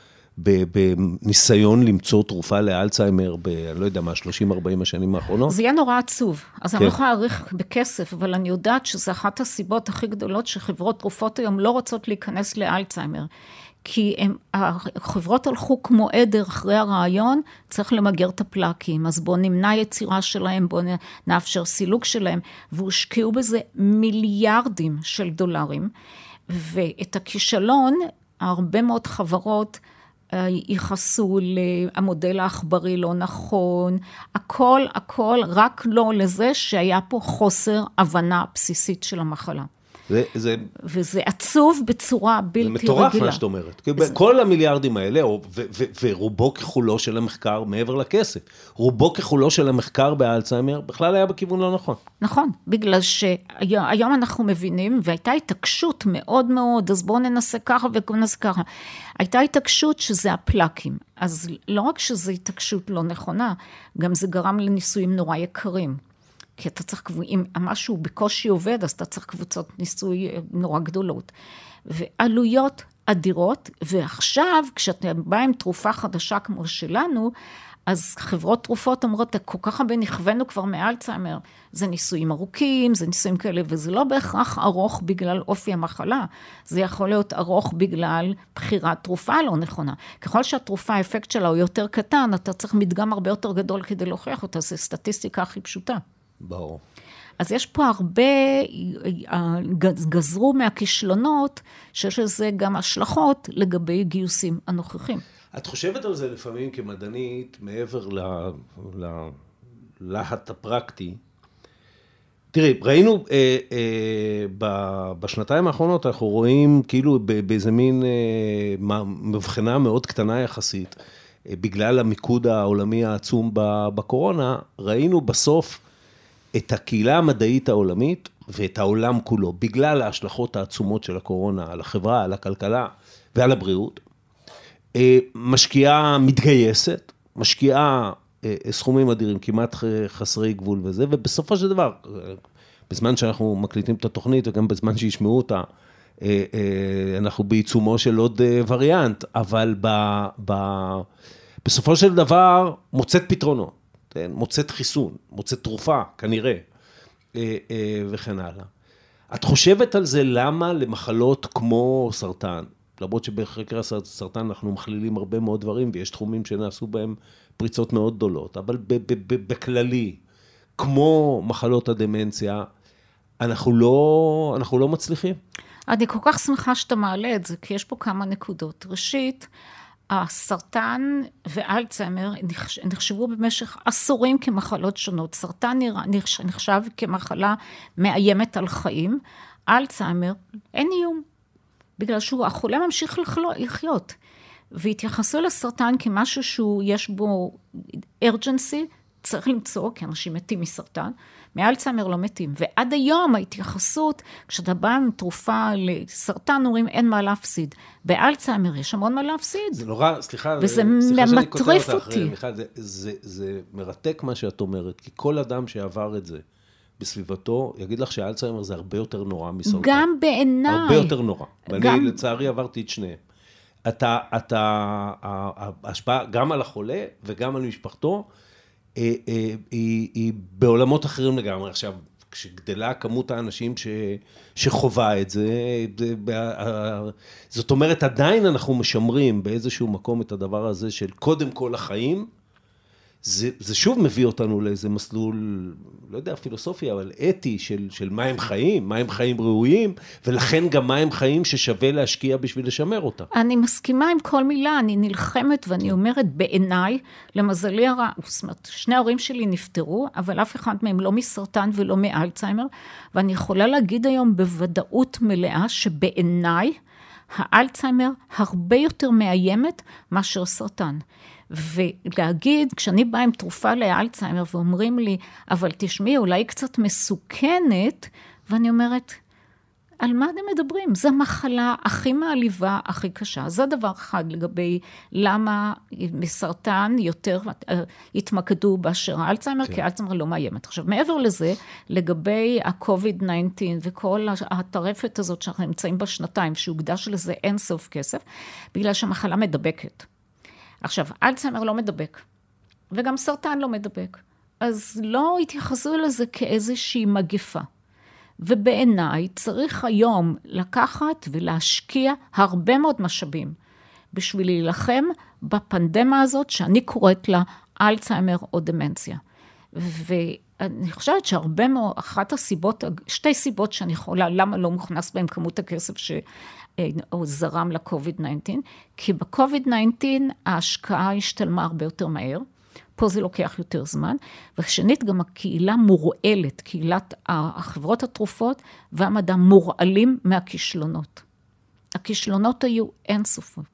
בניסיון למצוא תרופה לאלצהיימר, אני לא יודע מה, 30-40 השנים האחרונות? זה יהיה נורא עצוב. אז אני לא יכולה להעריך בכסף, אבל אני יודעת שזה אחת הסיבות הכי גדולות שחברות תרופות היום לא רוצות להיכנס לאלצהיימר. כי החברות הלכו כמו עדר אחרי הרעיון, צריך למגר את הפלקים, אז בואו נמנע יצירה שלהם, בואו נאפשר סילוק שלהם, והושקעו בזה מיליארדים של דולרים, ואת הכישלון, הרבה מאוד חברות ייחסו למודל האחברי לא נכון, הכל רק לא לזה שהיה פה חוסר הבנה בסיסית של המחלה. וזה עצוב בצורה בלתי רגילה. זה מטורף מה שאת אומרת. כל המיליארדים האלה, ורובו ככולו של המחקר מעבר לכסף, רובו ככולו של המחקר באלצהיימר, בכלל היה בכיוון לא נכון. נכון, בגלל שהיום אנחנו מבינים, והייתה התעקשות מאוד מאוד, אז בואו ננסה ככה ובואו ננסה ככה. הייתה התעקשות שזה הפלקים. אז לא רק שזה התעקשות לא נכונה, גם זה גרם לניסויים נורא יקרים. כי אתה צריך, אם משהו בקושי עובד, אז אתה צריך קבוצות ניסוי נורא גדולות. ועלויות אדירות, ועכשיו, כשאתה בא עם תרופה חדשה כמו שלנו, אז חברות תרופות אומרות, כל כך הרבה נכוונו כבר מאלצהיימר, זה ניסויים ארוכים, זה ניסויים כאלה, וזה לא בהכרח ארוך בגלל אופי המחלה, זה יכול להיות ארוך בגלל בחירת תרופה לא נכונה. ככל שהתרופה, האפקט שלה הוא יותר קטן, אתה צריך מדגם הרבה יותר גדול כדי להוכיח אותה, זה סטטיסטיקה הכי פשוטה. ברור. אז יש פה הרבה, גזרו מהכישלונות, שיש לזה גם השלכות לגבי גיוסים הנוכחים. את חושבת על זה לפעמים כמדענית, מעבר להט הפרקטי. תראי, ראינו בשנתיים האחרונות, אנחנו רואים כאילו באיזה מין מבחנה מאוד קטנה יחסית, בגלל המיקוד העולמי העצום בקורונה, ראינו בסוף את הקהילה המדעית העולמית ואת העולם כולו, בגלל ההשלכות העצומות של הקורונה על החברה, על הכלכלה ועל הבריאות, משקיעה מתגייסת, משקיעה סכומים אדירים, כמעט חסרי גבול וזה, ובסופו של דבר, בזמן שאנחנו מקליטים את התוכנית, וגם בזמן שישמעו אותה, אנחנו בעיצומו של עוד וריאנט, אבל בסופו של דבר מוצאת פתרונות, מוצאת חיסון, מוצאת תרופה, כנראה, וכן הלאה. את חושבת על זה למה למחלות כמו סרטן, למרות שבחקר הסרטן אנחנו מכלילים הרבה מאוד דברים, ויש תחומים שנעשו בהם פריצות מאוד גדולות, אבל בכללי, כמו מחלות הדמנציה, אנחנו לא מצליחים. אני כל כך שמחה שאתה מעלה את זה, כי יש פה כמה נקודות. ראשית, הסרטן ואלצהיימר נחשבו במשך עשורים כמחלות שונות. סרטן נחשב כמחלה מאיימת על חיים. אלצהיימר אין איום, בגלל החולה ממשיך לחיות. והתייחסו לסרטן כמשהו שיש בו urgency, צריך למצוא, כי אנשים מתים מסרטן, מאלצהיימר לא מתים. ועד היום ההתייחסות, כשאתה בא עם תרופה לסרטן, אומרים אין מה להפסיד. באלצהיימר יש המון מה להפסיד. זה נורא, סליחה, וזה מטריף אותי. זה מרתק מה שאת אומרת, כי כל אדם שעבר את זה בסביבתו, יגיד לך שאלצהיימר זה הרבה יותר נורא מסרטן. גם בעיניי. הרבה יותר נורא. ואני לצערי עברתי את שניהם. ההשפעה גם על החולה וגם על משפחתו, היא בעולמות אחרים לגמרי. עכשיו, כשגדלה כמות האנשים שחובה את זה, זאת אומרת, עדיין אנחנו משמרים באיזשהו מקום את הדבר הזה של קודם כל החיים, זה שוב מביא אותנו לאיזה מסלול, לא יודע, פילוסופיה, אבל אתי של מה הם חיים, מה הם חיים ראויים, ולכן גם מה הם חיים ששווה להשקיע בשביל לשמר אותם. אני מסכימה עם כל מילה, אני נלחמת ואני אומרת בעיניי, למזלי הרע, זאת אומרת, שני ההורים שלי נפטרו, אבל אף אחד מהם לא מסרטן ולא מאלצהיימר, ואני יכולה להגיד היום בוודאות מלאה שבעיניי, האלצהיימר הרבה יותר מאיימת מאשר סרטן. ולהגיד, כשאני באה עם תרופה לאלצהיימר ואומרים לי, אבל תשמעי, אולי קצת מסוכנת, ואני אומרת, על מה אתם מדברים? זו המחלה הכי מעליבה, הכי קשה. זה דבר אחד לגבי למה מסרטן יותר התמקדו באשר האלצהיימר, כי האלצהיימר לא מאיימת. עכשיו, מעבר לזה, לגבי ה-COVID-19 וכל הטרפת הזאת שאנחנו נמצאים בשנתיים, שהוקדש לזה אין סוף כסף, בגלל שהמחלה מדבקת. עכשיו, אלצהיימר לא מדבק, וגם סרטן לא מדבק. אז לא התייחסו לזה כאיזושהי מגפה. ובעיניי צריך היום לקחת ולהשקיע הרבה מאוד משאבים, בשביל להילחם בפנדמה הזאת, שאני קוראת לה אלצהיימר או דמנציה. ואני חושבת שהרבה מאוד, אחת הסיבות, שתי סיבות שאני יכולה, למה לא מוכנס בהם כמות הכסף או זרם ל-COVID-19, כי ב-COVID-19 ההשקעה השתלמה הרבה יותר מהר, פה זה לוקח יותר זמן, ושנית גם הקהילה מורעלת, קהילת החברות התרופות והמדע מורעלים מהכישלונות. הכישלונות היו אינסופות.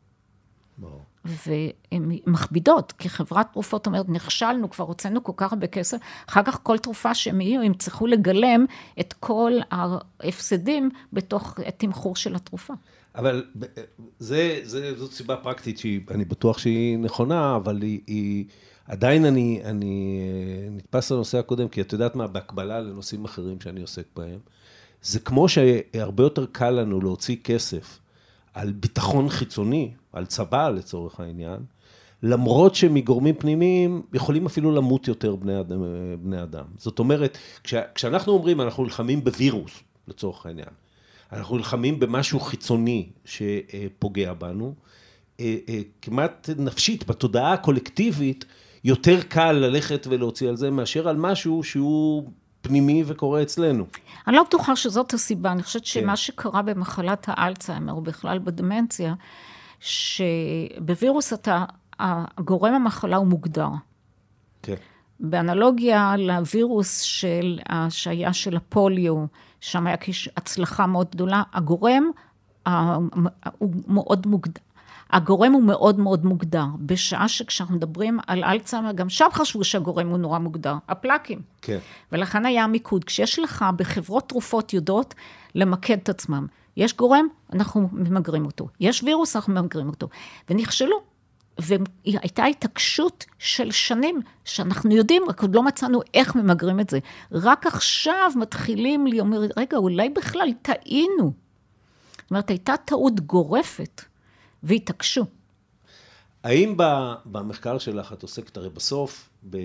והן מכבידות, כי חברת תרופות אומרת, נכשלנו, כבר הוצאנו כל כך הרבה כסף, אחר כך כל תרופה שהם יהיו, הם צריכו לגלם את כל ההפסדים בתוך תמחור של התרופה. אבל זאת סיבה פרקטית שאני בטוח שהיא נכונה, אבל היא עדיין אני נתפס לנושא הקודם, כי את יודעת מה, בהקבלה לנושאים אחרים שאני עוסק בהם, זה כמו שהרבה יותר קל לנו להוציא כסף על ביטחון חיצוני, על צבא לצורך העניין, למרות שמגורמים פנימיים יכולים אפילו למות יותר בני אדם. זאת אומרת, כשאנחנו אומרים אנחנו נלחמים בווירוס לצורך העניין, אנחנו נלחמים במשהו חיצוני שפוגע בנו, כמעט נפשית, בתודעה הקולקטיבית, יותר קל ללכת ולהוציא על זה, מאשר על משהו שהוא פנימי וקורה אצלנו. אני לא בטוחה שזאת הסיבה, אני חושבת שמה שקרה במחלת האלצהיימר, או בכלל בדמנציה, שבווירוס הגורם המחלה הוא מוגדר. כן. באנלוגיה לווירוס שהיה של הפוליו, שם היה הצלחה מאוד גדולה, הגורם הוא מאוד מוגדר. הגורם הוא מאוד מאוד מוגדר, בשעה שכשאנחנו מדברים על אלצהיימר, גם שם חשבו שהגורם הוא נורא מוגדר, הפלאקים. כן. ולכן היה מיקוד, כשיש לך בחברות תרופות יודעות למקד את עצמם, יש גורם, אנחנו ממגרים אותו, יש וירוס, אנחנו ממגרים אותו, ונכשלו, והייתה התעקשות של שנים, שאנחנו יודעים, רק עוד לא מצאנו איך ממגרים את זה, רק עכשיו מתחילים לומר, רגע, אולי בכלל טעינו, זאת אומרת, הייתה טעות גורפת, והתעקשו. האם במחקר שלך את עוסקת, הרי בסוף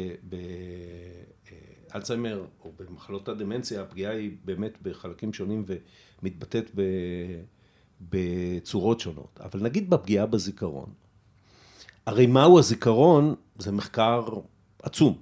באלצהיימר או במחלות הדמנציה, הפגיעה היא באמת בחלקים שונים ומתבטאת בצורות שונות. אבל נגיד בפגיעה בזיכרון. הרי מהו הזיכרון? זה מחקר עצום.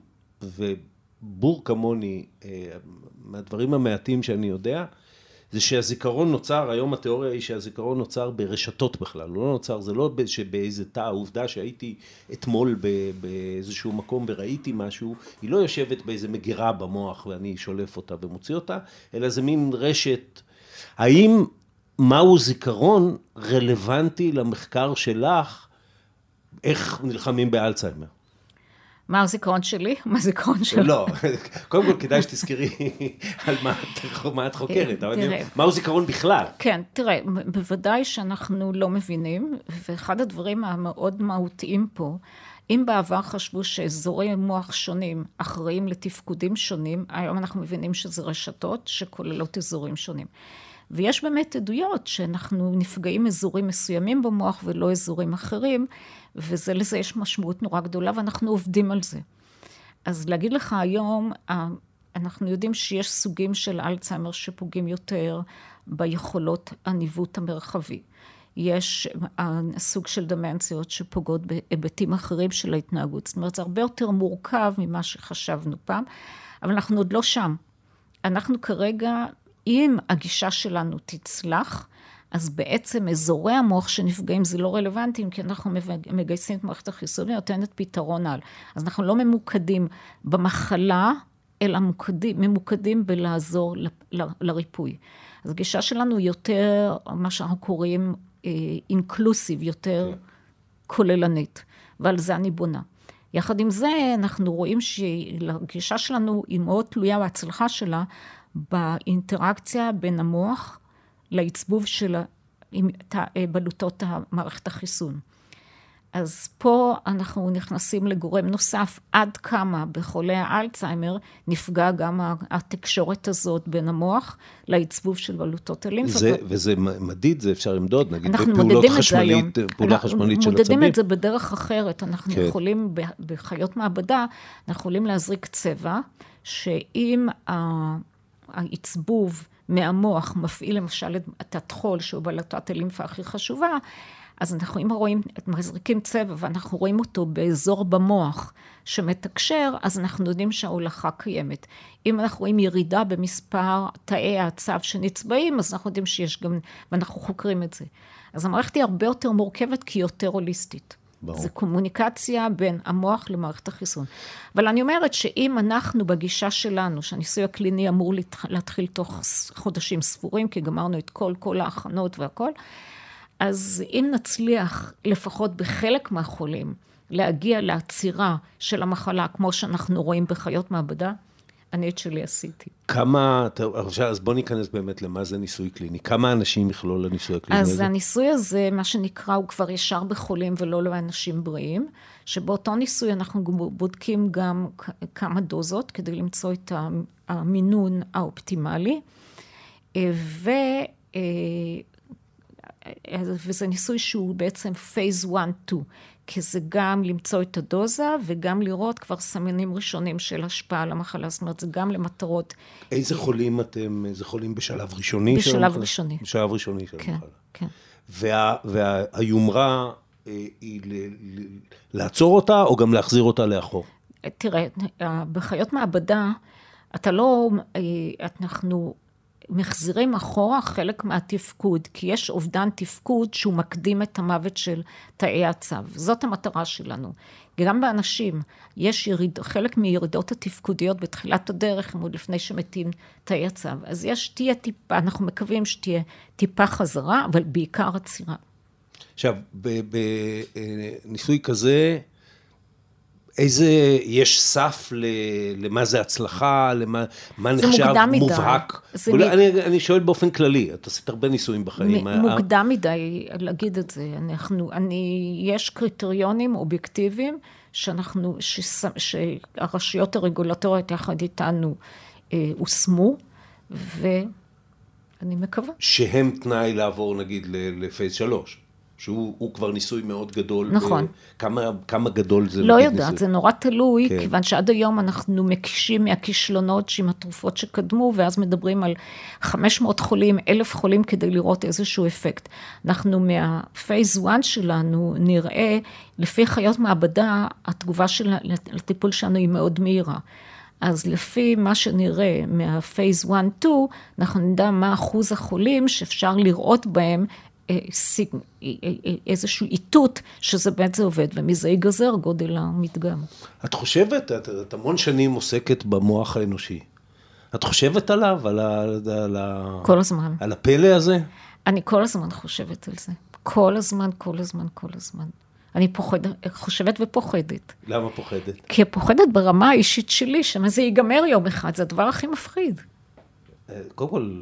ובור כמוני, מהדברים המעטים שאני יודע, זה שהזיכרון נוצר, היום התיאוריה היא שהזיכרון נוצר ברשתות בכלל, לא נוצר, זה לא שבאיזה תא, העובדה שהייתי אתמול באיזשהו מקום וראיתי משהו, היא לא יושבת באיזה מגירה במוח ואני שולף אותה ומוציא אותה, אלא זה מין רשת. האם מהו זיכרון רלוונטי למחקר שלך, איך נלחמים באלצהיימר? מה הזיכרון שלי? מה הזיכרון שלך? לא, קודם כל כדאי שתזכרי על מה את חוקרת, אבל מהו זיכרון בכלל? כן, תראה, בוודאי שאנחנו לא מבינים, ואחד הדברים המאוד מהותיים פה, אם בעבר חשבו שאזורי מוח שונים אחראים לתפקודים שונים, היום אנחנו מבינים שזה רשתות שכוללות אזורים שונים. ויש באמת עדויות שאנחנו נפגעים אזורים מסוימים במוח ולא אזורים אחרים, ולזה יש משמעות נורא גדולה ואנחנו עובדים על זה. אז להגיד לך היום, אנחנו יודעים שיש סוגים של אלצהיימר שפוגעים יותר ביכולות הניווט המרחבי. יש סוג של דמנציות שפוגעות בהיבטים אחרים של ההתנהגות. זאת אומרת, זה הרבה יותר מורכב ממה שחשבנו פעם, אבל אנחנו עוד לא שם. אנחנו כרגע, אם הגישה שלנו תצלח, אז בעצם אזורי המוח שנפגעים זה לא רלוונטיים, כי אנחנו מגייסים את מערכת החיסון ונותנת פתרון על. אז אנחנו לא ממוקדים במחלה, אלא ממוקדים בלעזור לריפוי. אז הגישה שלנו יותר, מה שאנחנו קוראים, אינקלוסיב, יותר כוללנית, ועל זה אני בונה. יחד עם זה, אנחנו רואים שהגישה שלנו היא מאוד תלויה בהצלחה שלה, באינטראקציה בין המוח לעצבוב של בלוטות מערכת החיסון. אז פה אנחנו נכנסים לגורם נוסף, עד כמה בחולי האלצהיימר נפגע גם התקשורת הזאת בין המוח לעצבוב של בלוטות הלימפה. וזה מדיד, זה אפשר למדוד, נגיד פעולה חשמלית של עצבים. אנחנו מודדים את זה בדרך אחרת, אנחנו יכולים, בחיות מעבדה, אנחנו יכולים להזריק צבע, שאם העצבוב מהמוח מפעיל למשל את התחול, שהוא בלוטת הלימפה הכי חשובה, אז אנחנו אם רואים, מזריקים צבע ואנחנו רואים אותו באזור במוח שמתקשר, אז אנחנו יודעים שההולכה קיימת. אם אנחנו רואים ירידה במספר תאי העצב שנצבעים, אז אנחנו יודעים שיש גם, ואנחנו חוקרים את זה. אז המערכת היא הרבה יותר מורכבת כי היא יותר הוליסטית. ברור. זה קומוניקציה בין המוח למערכת החיסון. אבל אני אומרת שאם אנחנו בגישה שלנו, שהניסוי הקליני אמור להתחיל תוך חודשים ספורים, כי גמרנו את כל ההכנות והכל, אז אם נצליח לפחות בחלק מהחולים להגיע לעצירה של המחלה, כמו שאנחנו רואים בחיות מעבדה, אני את שלי עשיתי. אז בוא ניכנס באמת למה זה ניסוי קליני. כמה אנשים יכלול לניסוי הקליני הזה? אז הניסוי הזה, מה שנקרא, הוא כבר ישר בחולים ולא לאנשים בריאים, שבאותו ניסוי אנחנו בודקים גם כמה דוזות, כדי למצוא את המינון האופטימלי, וזה ניסוי שהוא בעצם phase 1-2, כי זה גם למצוא את הדוזה, וגם לראות כבר סמנים ראשונים של השפעה על המחלה, זאת אומרת, זה גם למטרות. איזה חולים אתם, איזה חולים בשלב ראשוני? בשלב ראשוני. בשלב ראשוני של המחלה. כן. והיומרה היא לעצור אותה, או גם להחזיר אותה לאחור? תראה, בחיות מעבדה, אנחנו מחזירים אחורה חלק מהתפקוד, כי יש אובדן תפקוד שהוא מקדים את המוות של תאי הצב. זאת המטרה שלנו. גם באנשים יש חלק מירידות התפקודיות בתחילת הדרך, עוד לפני שמתים תאי הצב. אז תהיה טיפה, אנחנו מקווים שתהיה טיפה חזרה, אבל בעיקר עצירה. עכשיו, בניסוי כזה, יש סף למה זה הצלחה, מה נחשב מובהק? אני שואל באופן כללי, את עשית הרבה ניסויים בחיים. מוקדם מדי להגיד את זה. יש קריטריונים אובייקטיביים שהרשויות הרגולטוריות יחד איתנו הושמו, ואני מקווה. שהם תנאי לעבור נגיד לפייס 3. שהוא כבר ניסוי מאוד גדול. נכון. כמה גדול זה? לא יודעת, זה נורא תלוי, כן. כיוון שעד היום אנחנו מקישים מהכישלונות עם התרופות שקדמו, ואז מדברים על 500 חולים, 1,000 חולים, כדי לראות איזשהו אפקט. אנחנו מהפייס 1 שלנו נראה, לפי חיות מעבדה, התגובה לטיפול שלנו היא מאוד מהירה. אז לפי מה שנראה מהפייס 1-2, אנחנו נדע מה אחוז החולים שאפשר לראות בהם איזשהו איתות שזה באמת זה עובד, ומזה ייגזר גודל המדגם. את חושבת, את המון שנים עוסקת במוח האנושי. את חושבת עליו, כל הזמן. על הפלא הזה? אני כל הזמן חושבת על זה. כל הזמן. אני חושבת ופוחדת. למה פוחדת? כי פוחדת ברמה האישית שלי, שמה זה ייגמר יום אחד, זה הדבר הכי מפחיד. קודם כל,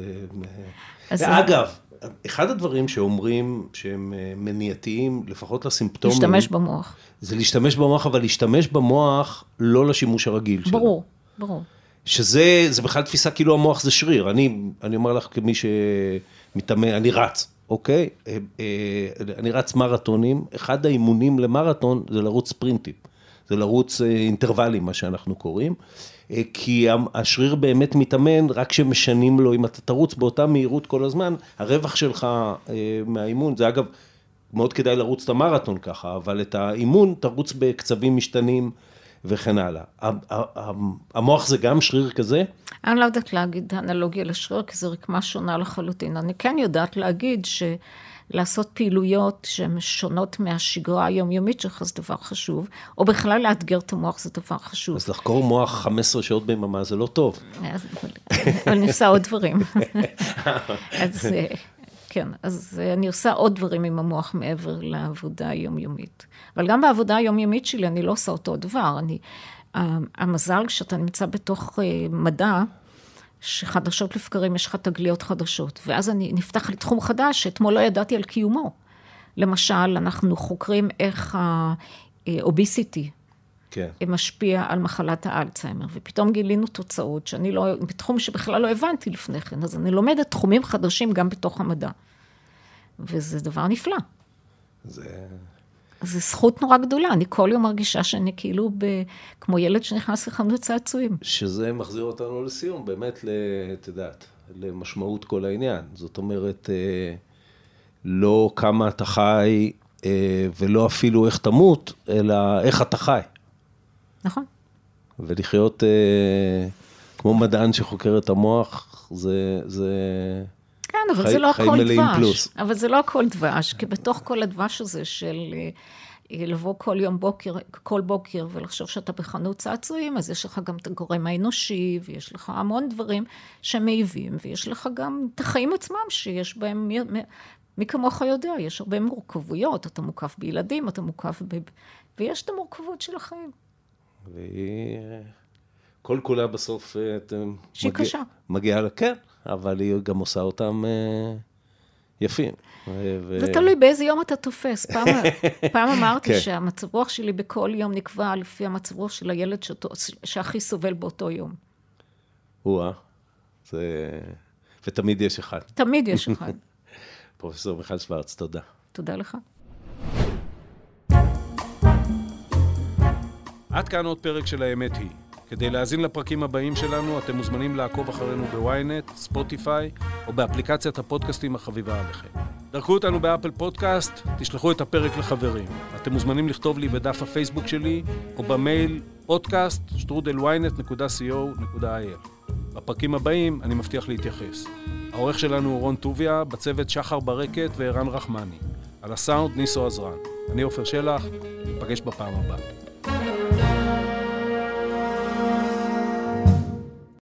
אגב, אחד הדברים שאומרים שהם מניעתיים, לפחות לסימפטומים, להשתמש במוח. זה להשתמש במוח, אבל להשתמש במוח לא לשימוש הרגיל שלו. ברור. שזה בכלל תפיסה כאילו המוח זה שריר. אני אומר לך כמי שמתאמן, אני רץ, אוקיי? אני רץ מרתונים. אחד האימונים למרתון זה לרוץ ספרינטים. זה לרוץ אינטרוולים, מה שאנחנו קוראים. כי השריר באמת מתאמן, רק שמשנים לו, אם אתה תרוץ באותה מהירות כל הזמן, הרווח שלך מהאימון, זה אגב, מאוד כדאי לרוץ את המרתון ככה, אבל את האימון תרוץ בקצבים משתנים וכן הלאה. המוח זה גם שריר כזה? אני לא יודעת להגיד אנלוגיה לשריר, כי זה רקמה שונה לחלוטין. אני כן יודעת להגיד לעשות פעילויות שהן שונות מהשגרה היומיומית שלך זה דבר חשוב, או בכלל לאתגר את המוח זה דבר חשוב. אז לחקור מוח 15 שעות ביממה זה לא טוב. אבל אני עושה עוד דברים. אז כן, אז אני עושה עוד דברים עם המוח מעבר לעבודה היומיומית. אבל גם בעבודה היומיומית שלי אני לא עושה אותו דבר. המזל כשאתה נמצא בתוך מדע, שחדשות לבקרים יש לך תגליות חדשות, ואז נפתח לי תחום חדש שאתמול לא ידעתי על קיומו. למשל, אנחנו חוקרים איך האוביסיטי משפיע על מחלת האלצהיימר, ופתאום גילינו תוצאות שאני לא, בתחום שבכלל לא הבנתי לפני כן, אז אני לומדת תחומים חדשים גם בתוך המדע. וזה דבר נפלא. זה זכות נורא גדולה, אני כל יום מרגישה שאני כאילו כמו ילד שנכנס לחנות צעצועים. שזה מחזיר אותנו לסיום, באמת, את יודעת, למשמעות כל העניין. זאת אומרת, לא כמה אתה חי, ולא אפילו איך תמות, אלא איך אתה חי. נכון. ולחיות כמו מדען שחוקר את המוח, זה כן, אבל זה לא הכל דבש. אבל זה לא הכל דבש, כי בתוך כל הדבש הזה של לבוא כל בוקר ולחשוב שאתה בחנות צעצועים, אז יש לך גם את הגורם האנושי, ויש לך המון דברים שמעיבים, ויש לך גם את החיים עצמם שיש בהם, מי כמוך יודע, יש הרבה מורכבויות, אתה מוקף בילדים, אתה מוקף ויש את המורכבות של החיים. כל כולה בסוף שהיא קשה. מגיעה לכן, אבל היא גם עושה אותם יפים. זה תלוי באיזה יום אתה תופס. פעם אמרתי שהמצב רוח שלי בכל יום נקבע לפי המצב רוח של הילד שהכי סובל באותו יום. ותמיד יש אחד. תמיד יש אחד. פרופסור מיכל שוורץ, תודה. תודה לך. עד כאן עוד פרק של האמת היא. כדי להאזין לפרקים הבאים שלנו, אתם מוזמנים לעקוב אחרינו בוויינט, ספוטיפיי, או באפליקציית הפודקאסטים החביבה עליכם. דרכו אותנו באפל פודקאסט, תשלחו את הפרק לחברים. אתם מוזמנים לכתוב לי בדף הפייסבוק שלי, או במייל podcast@ynet.co.il. בפרקים הבאים אני מבטיח להתייחס. העורך שלנו הוא רון טוביה, בצוות שחר ברקת וערן רחמני. על הסאונד ניסו עזרן. אני עופר שלח, ניפגש בפעם הבאה.